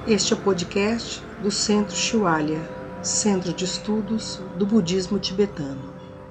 Este é o podcast do Centro Shivalya, Centro de Estudos do Budismo Tibetano.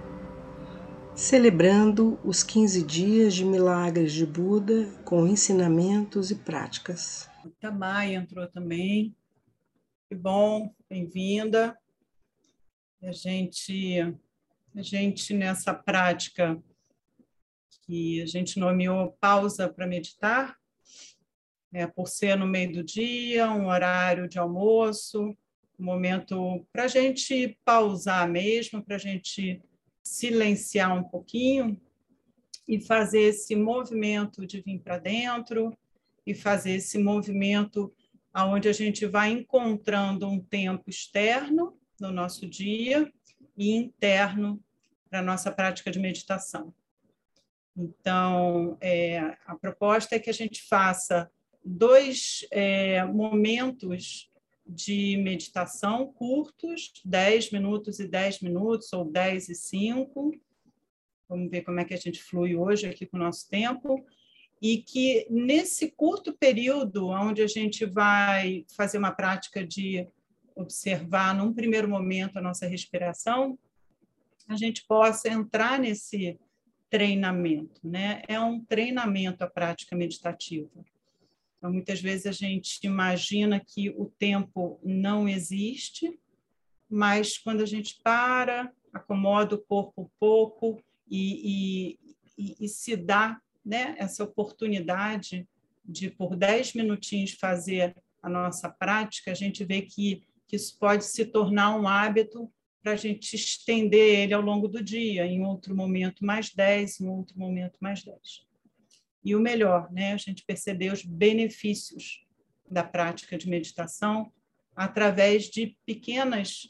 Celebrando os 15 dias de milagres de Buda com ensinamentos e práticas. A Tamay entrou também. Que bom, bem-vinda. A gente nessa prática que a gente nomeou pausa para meditar, por ser no meio do dia, um horário de almoço, um momento para a gente pausar mesmo, para a gente silenciar um pouquinho e fazer esse movimento de vir para dentro e fazer esse movimento onde a gente vai encontrando um tempo externo no nosso dia e interno para a nossa prática de meditação. Então, a proposta é que a gente faça dois momentos de meditação curtos, 10 minutos e 10 minutos, ou 10 e 5. Vamos ver como é que a gente flui hoje aqui com o nosso tempo. E que, nesse curto período, onde a gente vai fazer uma prática de observar, num primeiro momento, a nossa respiração, a gente possa entrar nesse treinamento, né? É um treinamento a prática meditativa. Então, muitas vezes a gente imagina que o tempo não existe, mas quando a gente para, acomoda o corpo um pouco e se dá, né, essa oportunidade de, por 10 minutinhos, fazer a nossa prática, a gente vê que isso pode se tornar um hábito para a gente estender ele ao longo do dia, em outro momento mais 10, em outro momento mais 10. E o melhor, né, a gente perceber os benefícios da prática de meditação através de pequenos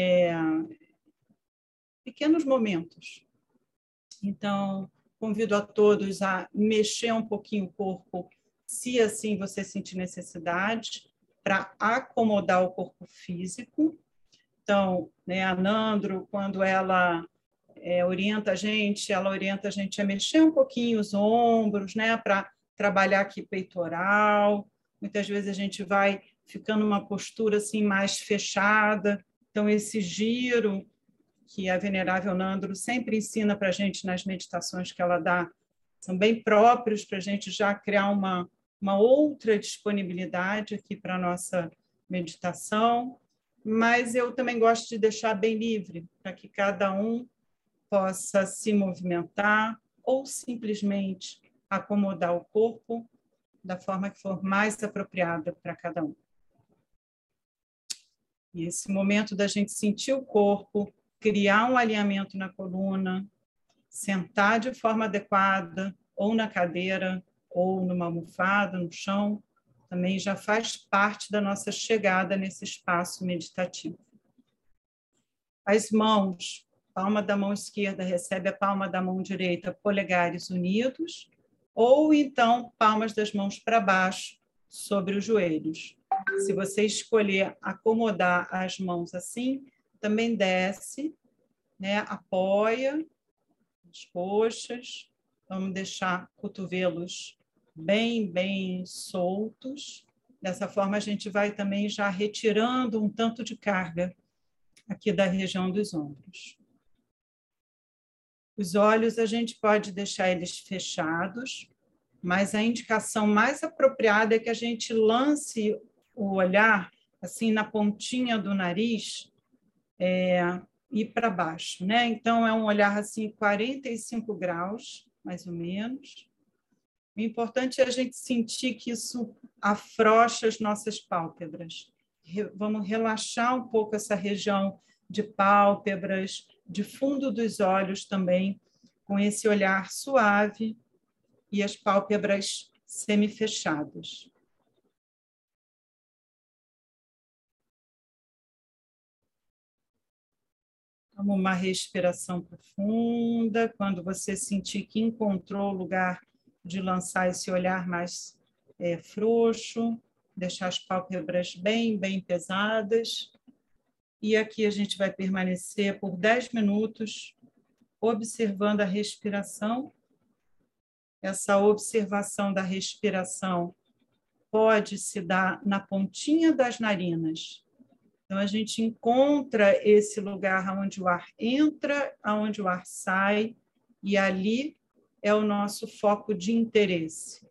momentos. Então, convido a todos a mexer um pouquinho o corpo, se assim você sentir necessidade, para acomodar o corpo físico. Então, né, a Nandro, quando ela orienta a gente a mexer um pouquinho os ombros, né, para trabalhar aqui peitoral. Muitas vezes a gente vai ficando numa postura assim mais fechada. Então, esse giro que a Venerável Nandro sempre ensina para a gente nas meditações que ela dá, são bem próprios para a gente já criar uma outra disponibilidade aqui para a nossa meditação, mas eu também gosto de deixar bem livre, para que cada um possa se movimentar ou simplesmente acomodar o corpo da forma que for mais apropriada para cada um. E esse momento da gente sentir o corpo, criar um alinhamento na coluna, sentar de forma adequada, ou na cadeira, ou numa almofada, no chão, também já faz parte da nossa chegada nesse espaço meditativo. As mãos, palma da mão esquerda recebe a palma da mão direita, polegares unidos, ou então palmas das mãos para baixo, sobre os joelhos. Se você escolher acomodar as mãos assim, também desce, né? Apoia as coxas, vamos deixar cotovelos bem soltos. Dessa forma, a gente vai também já retirando um tanto de carga aqui da região dos ombros. Os olhos, a gente pode deixar eles fechados, mas a indicação mais apropriada é que a gente lance o olhar assim na pontinha do nariz e para baixo, né? Então, é um olhar assim 45 graus, mais ou menos. O importante é a gente sentir que isso afrouxa as nossas pálpebras. Vamos relaxar um pouco essa região de pálpebras, de fundo dos olhos também, com esse olhar suave e as pálpebras semi-fechadas. Toma uma respiração profunda. Quando você sentir que encontrou o lugar de lançar esse olhar mais frouxo, deixar as pálpebras bem pesadas. E aqui a gente vai permanecer por 10 minutos, observando a respiração. Essa observação da respiração pode se dar na pontinha das narinas. Então, a gente encontra esse lugar onde o ar entra, onde o ar sai, e ali é o nosso foco de interesse.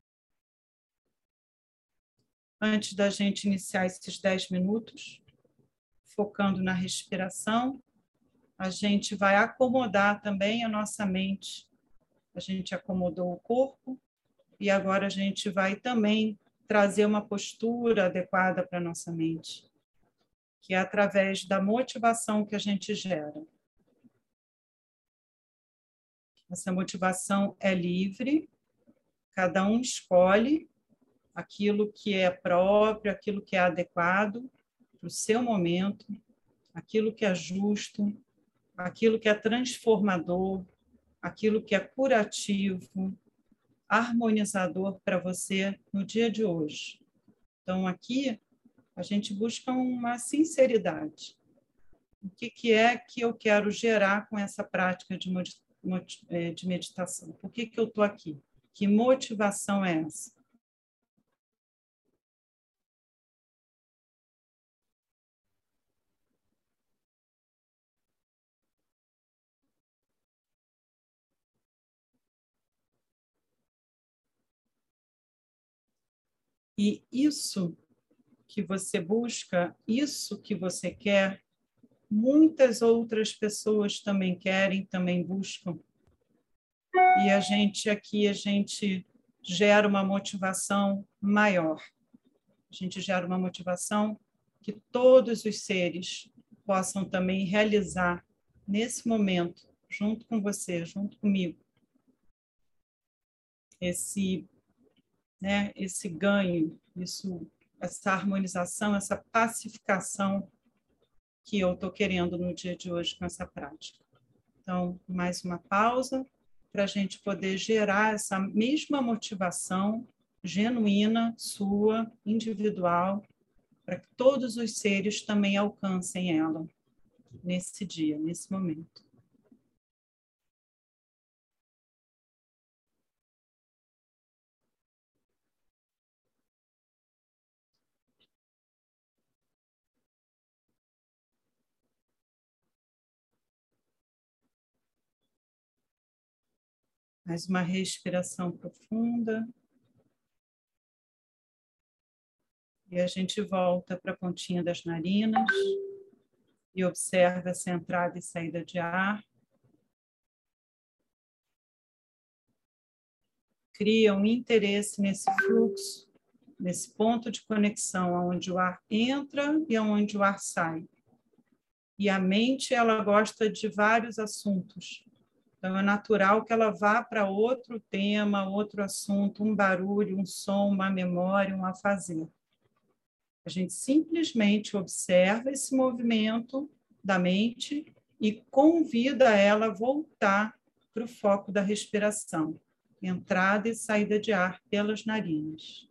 Antes da gente iniciar esses 10 minutos, focando na respiração, a gente vai acomodar também a nossa mente. A gente acomodou o corpo e agora a gente vai também trazer uma postura adequada para a nossa mente, que é através da motivação que a gente gera. Essa motivação é livre, cada um escolhe aquilo que é próprio, aquilo que é adequado para o seu momento, aquilo que é justo, aquilo que é transformador, aquilo que é curativo, harmonizador para você no dia de hoje. Então, aqui, a gente busca uma sinceridade. O que é que eu quero gerar com essa prática de meditação? Por que eu estou aqui? Que motivação é essa? E isso que você busca, isso que você quer, muitas outras pessoas também querem, também buscam. E a gente aqui, a gente gera uma motivação maior. A gente gera uma motivação que todos os seres possam também realizar nesse momento, junto com você, junto comigo, esse ganho, essa harmonização, essa pacificação que eu estou querendo no dia de hoje com essa prática. Então, mais uma pausa para a gente poder gerar essa mesma motivação genuína, sua, individual, para que todos os seres também alcancem ela nesse dia, nesse momento. Mais uma respiração profunda. E a gente volta para a pontinha das narinas e observa essa entrada e saída de ar. Cria um interesse nesse fluxo, nesse ponto de conexão onde o ar entra e onde o ar sai. E a mente, ela gosta de vários assuntos. Então, é natural que ela vá para outro tema, outro assunto, um barulho, um som, uma memória, um afazer. A gente simplesmente observa esse movimento da mente e convida ela a voltar para o foco da respiração, entrada e saída de ar pelas narinas.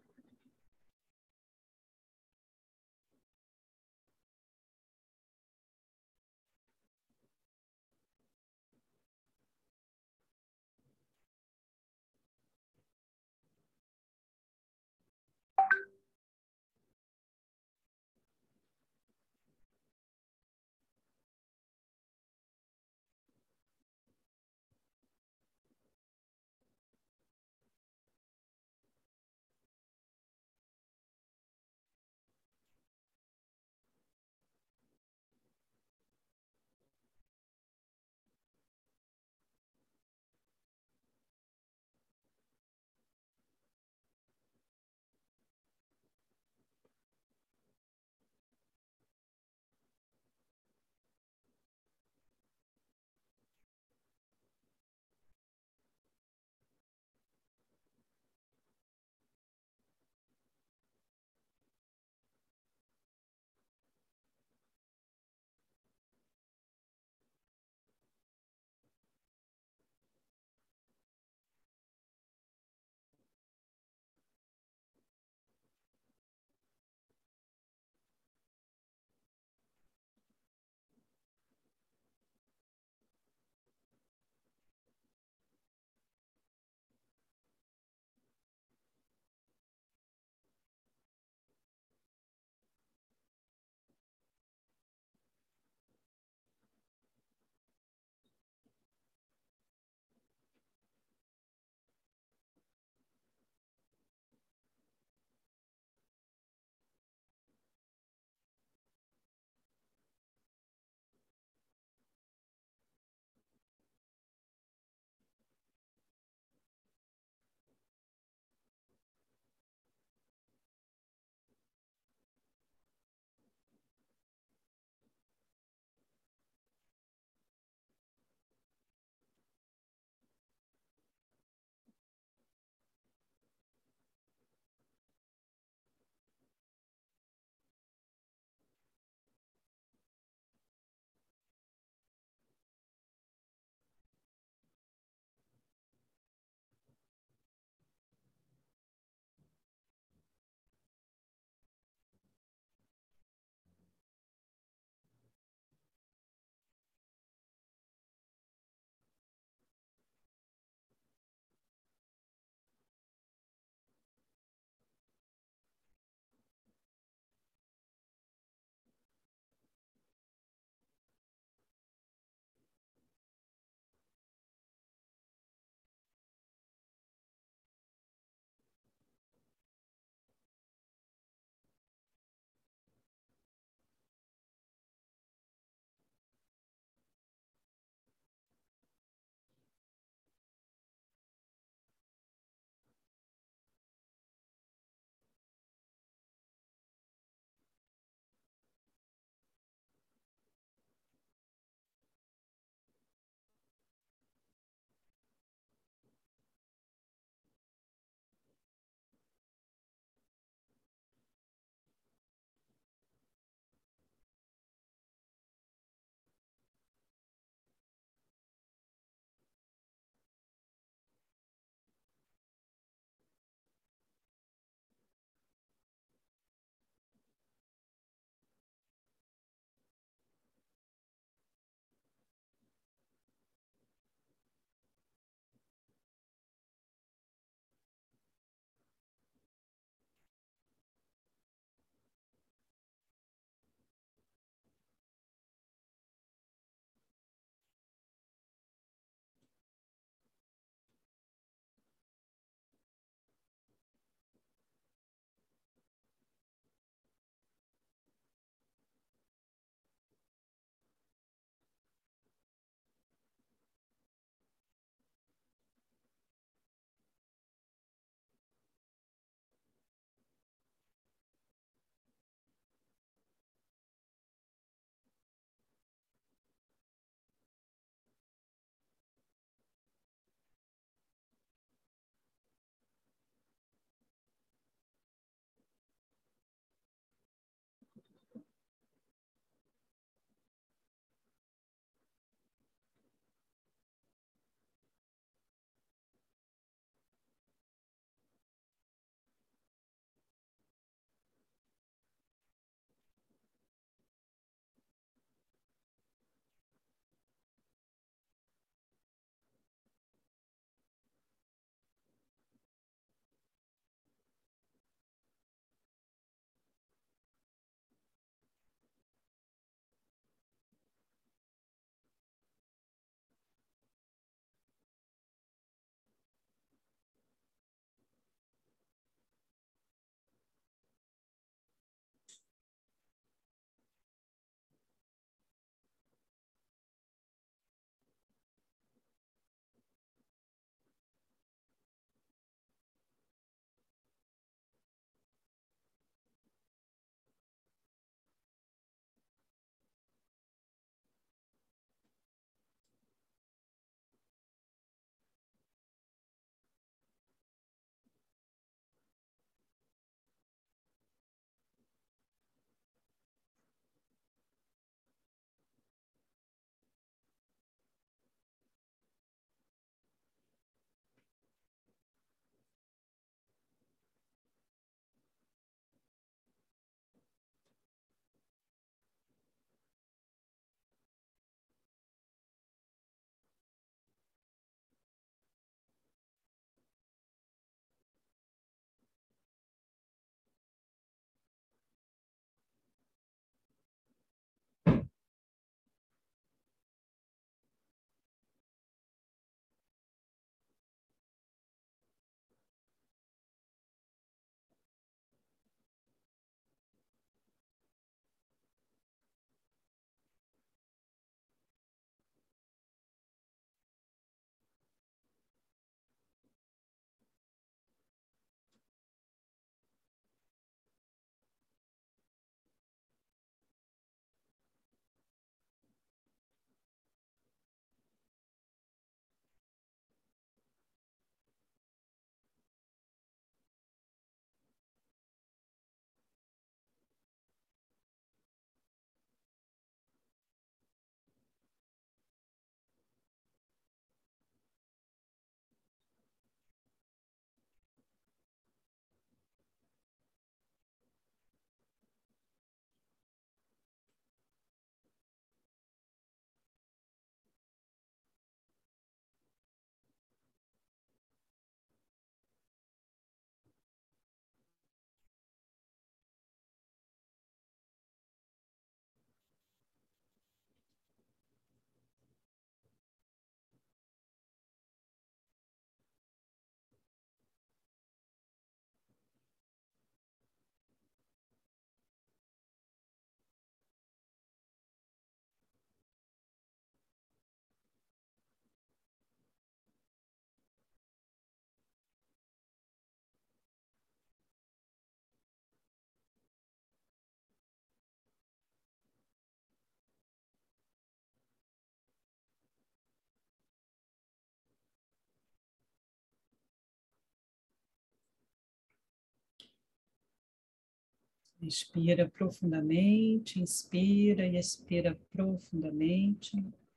Inspira profundamente, inspira e expira profundamente.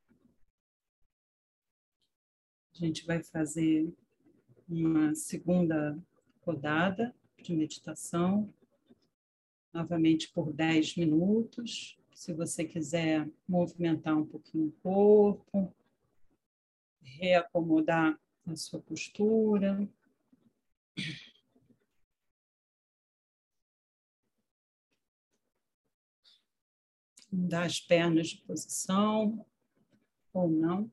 A gente vai fazer uma segunda rodada de meditação, novamente por 10 minutos. Se você quiser movimentar um pouquinho o corpo, reacomodar a sua postura. Mudar as pernas de posição ou não.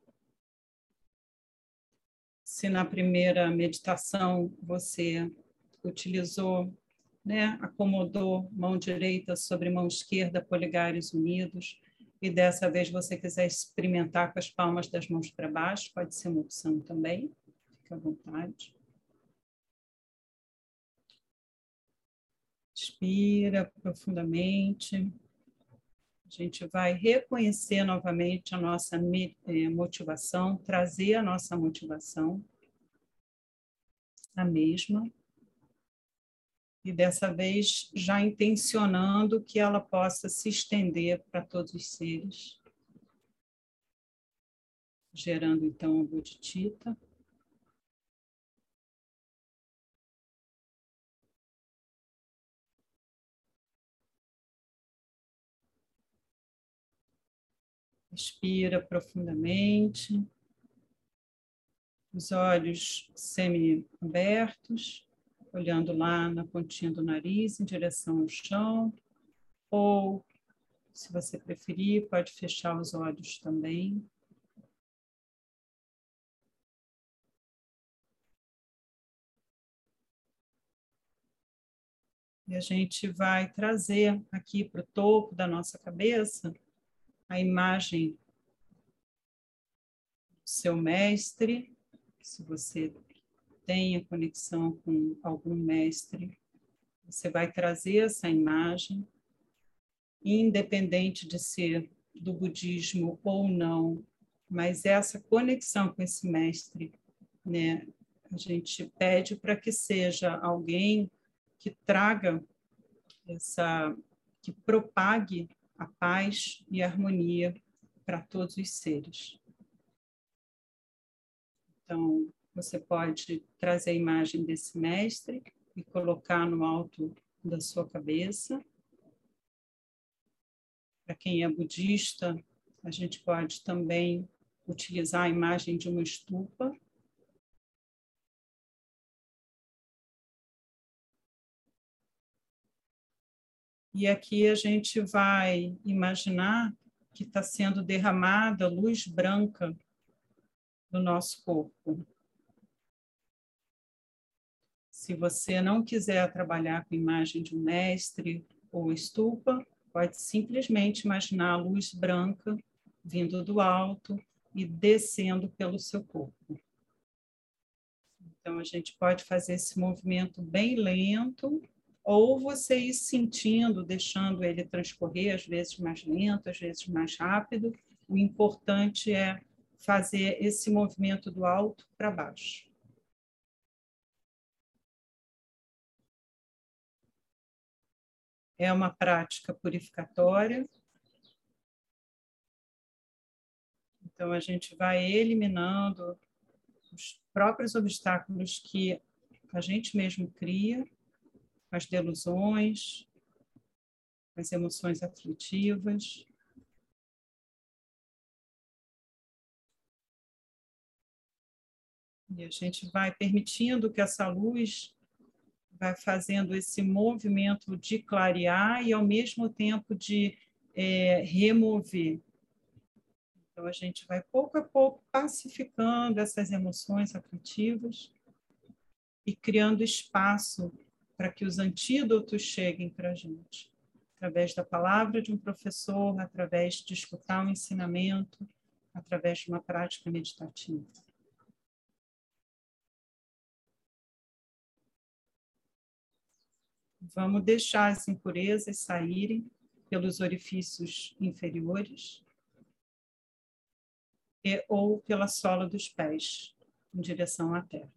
Se na primeira meditação você utilizou, acomodou mão direita sobre mão esquerda, polegares unidos, e dessa vez você quiser experimentar com as palmas das mãos para baixo, pode ser uma opção também, fique à vontade. Inspira profundamente. A gente vai reconhecer novamente a nossa motivação, trazer a nossa motivação, a mesma, e dessa vez já intencionando que ela possa se estender para todos os seres, gerando então a bodhicitta. Expira profundamente, os olhos semi-abertos, olhando lá na pontinha do nariz em direção ao chão, ou, se você preferir, pode fechar os olhos também. E a gente vai trazer aqui para o topo da nossa cabeça a imagem do seu mestre, se você tem a conexão com algum mestre, você vai trazer essa imagem, independente de ser do budismo ou não, mas essa conexão com esse mestre, a gente pede para que seja alguém que traga que propague a paz e a harmonia para todos os seres. Então, você pode trazer a imagem desse mestre e colocar no alto da sua cabeça. Para quem é budista, a gente pode também utilizar a imagem de uma estupa. E aqui a gente vai imaginar que está sendo derramada luz branca no nosso corpo. Se você não quiser trabalhar com a imagem de um mestre ou estupa, pode simplesmente imaginar a luz branca vindo do alto e descendo pelo seu corpo. Então, a gente pode fazer esse movimento bem lento, ou você ir sentindo, deixando ele transcorrer, às vezes mais lento, às vezes mais rápido. O importante é fazer esse movimento do alto para baixo. É uma prática purificatória. Então, a gente vai eliminando os próprios obstáculos que a gente mesmo cria, as delusões, as emoções aflitivas. E a gente vai permitindo que essa luz vai fazendo esse movimento de clarear e, ao mesmo tempo, de remover. Então, a gente vai, pouco a pouco, pacificando essas emoções aflitivas e criando espaço para que os antídotos cheguem para a gente, através da palavra de um professor, através de escutar um ensinamento, através de uma prática meditativa. Vamos deixar as impurezas saírem pelos orifícios inferiores ou pela sola dos pés, em direção à terra.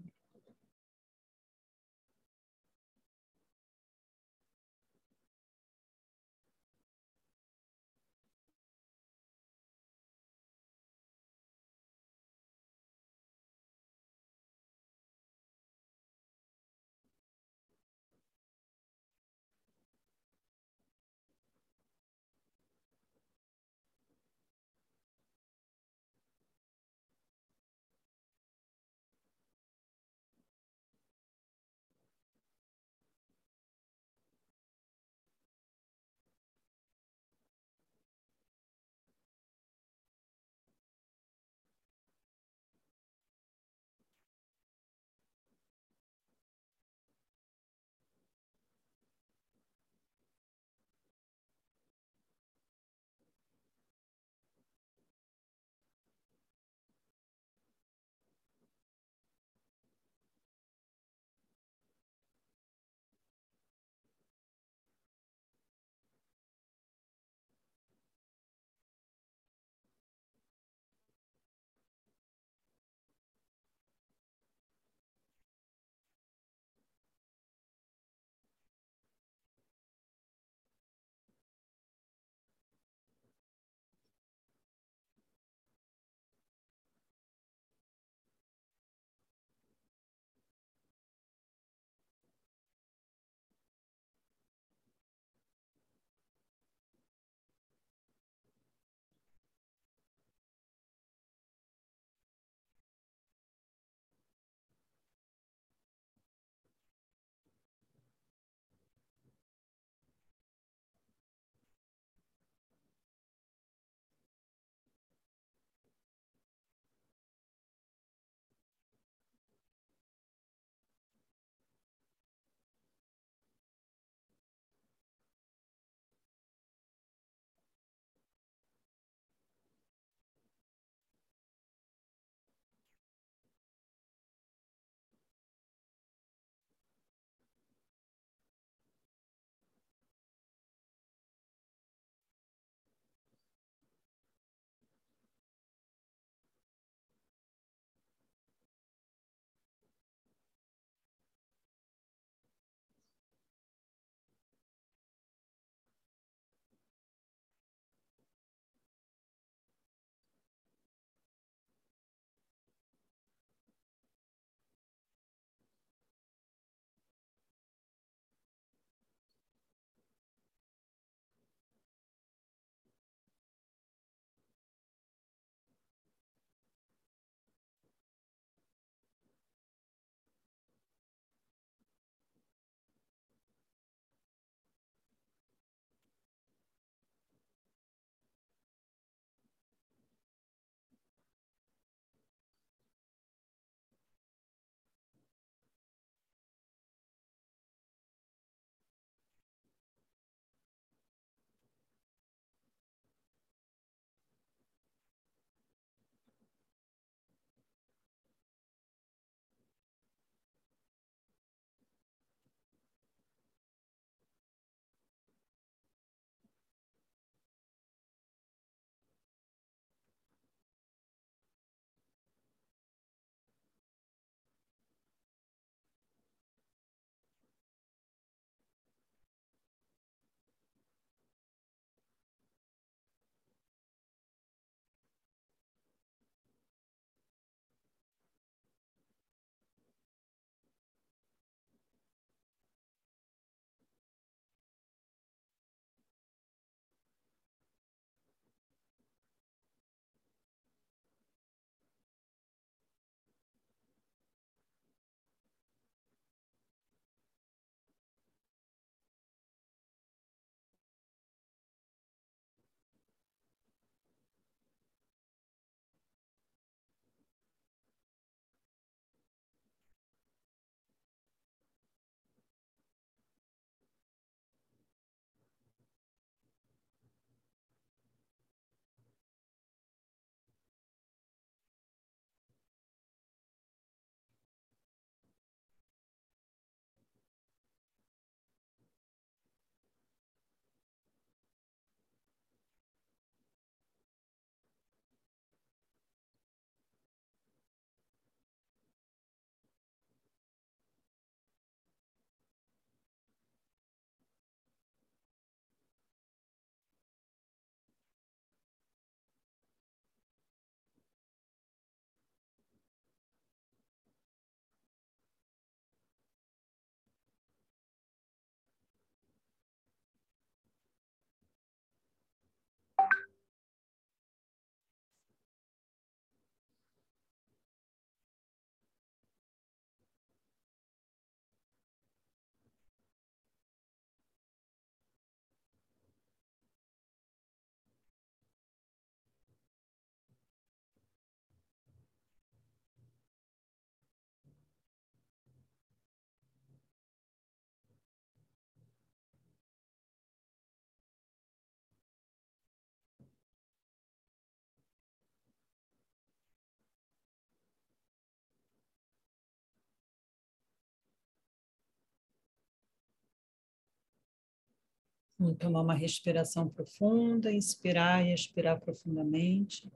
Vamos tomar uma respiração profunda, inspirar e expirar profundamente.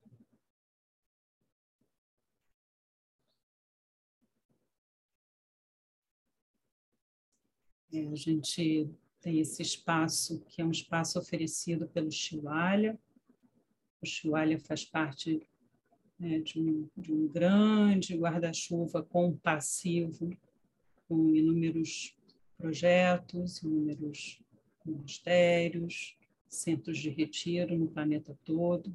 A gente tem esse espaço, que é um espaço oferecido pelo Shivalya. O Shivalya faz parte, né, de um grande guarda-chuva compassivo, com inúmeros projetos, inúmeros monastérios, centros de retiro no planeta todo,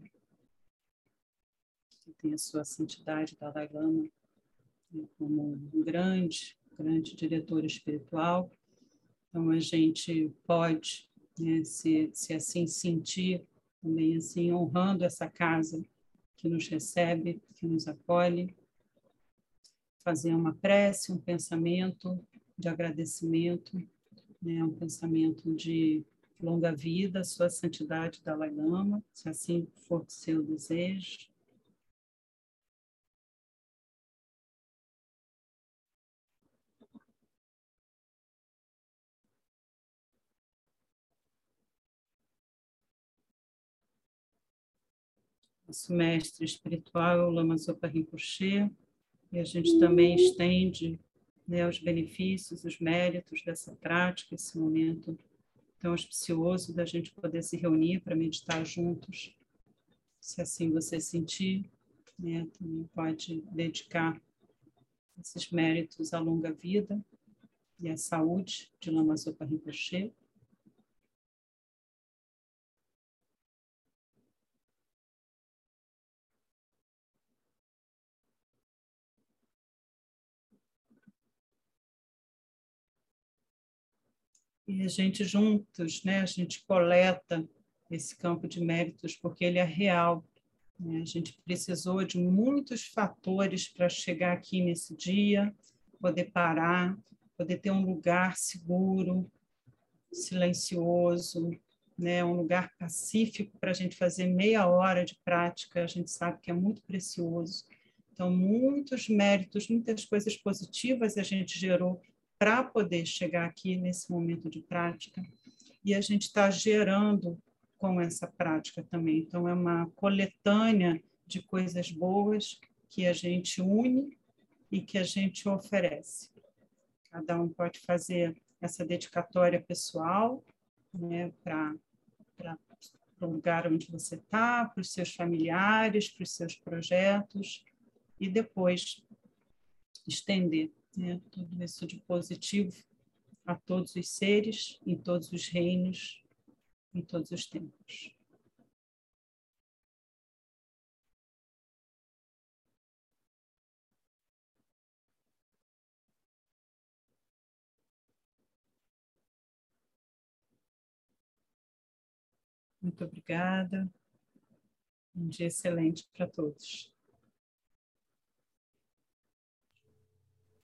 que tem a sua santidade Dalai Lama, né, como um grande diretor espiritual. Então, a gente pode, né, se assim sentir, também assim, honrando essa casa que nos recebe, que nos acolhe, fazer uma prece, um pensamento de agradecimento, né, um pensamento de longa vida, sua santidade Dalai Lama, se assim for o seu desejo. Nosso mestre espiritual é o Lama Zopa Rinpoche, e a gente também estende, né, os benefícios, os méritos dessa prática, esse momento tão auspicioso da gente poder se reunir para meditar juntos. Se assim você sentir, né, também pode dedicar esses méritos à longa vida e à saúde de Lama Zopa Rinpoche. E a gente juntos, né, a gente coleta esse campo de méritos porque ele é real, né? A gente precisou de muitos fatores para chegar aqui nesse dia, poder parar, poder ter um lugar seguro, silencioso, né, um lugar pacífico para a gente fazer meia hora de prática. A gente sabe que é muito precioso. Então, muitos méritos, muitas coisas positivas a gente gerou para poder chegar aqui nesse momento de prática. E a gente está gerando com essa prática também. Então, é uma coletânea de coisas boas que a gente une e que a gente oferece. Cada um pode fazer essa dedicatória pessoal, né, para o lugar onde você está, para os seus familiares, para os seus projetos, e depois estender, né, tudo isso de positivo a todos os seres, em todos os reinos, em todos os tempos. Muito obrigada. Um dia excelente para todos.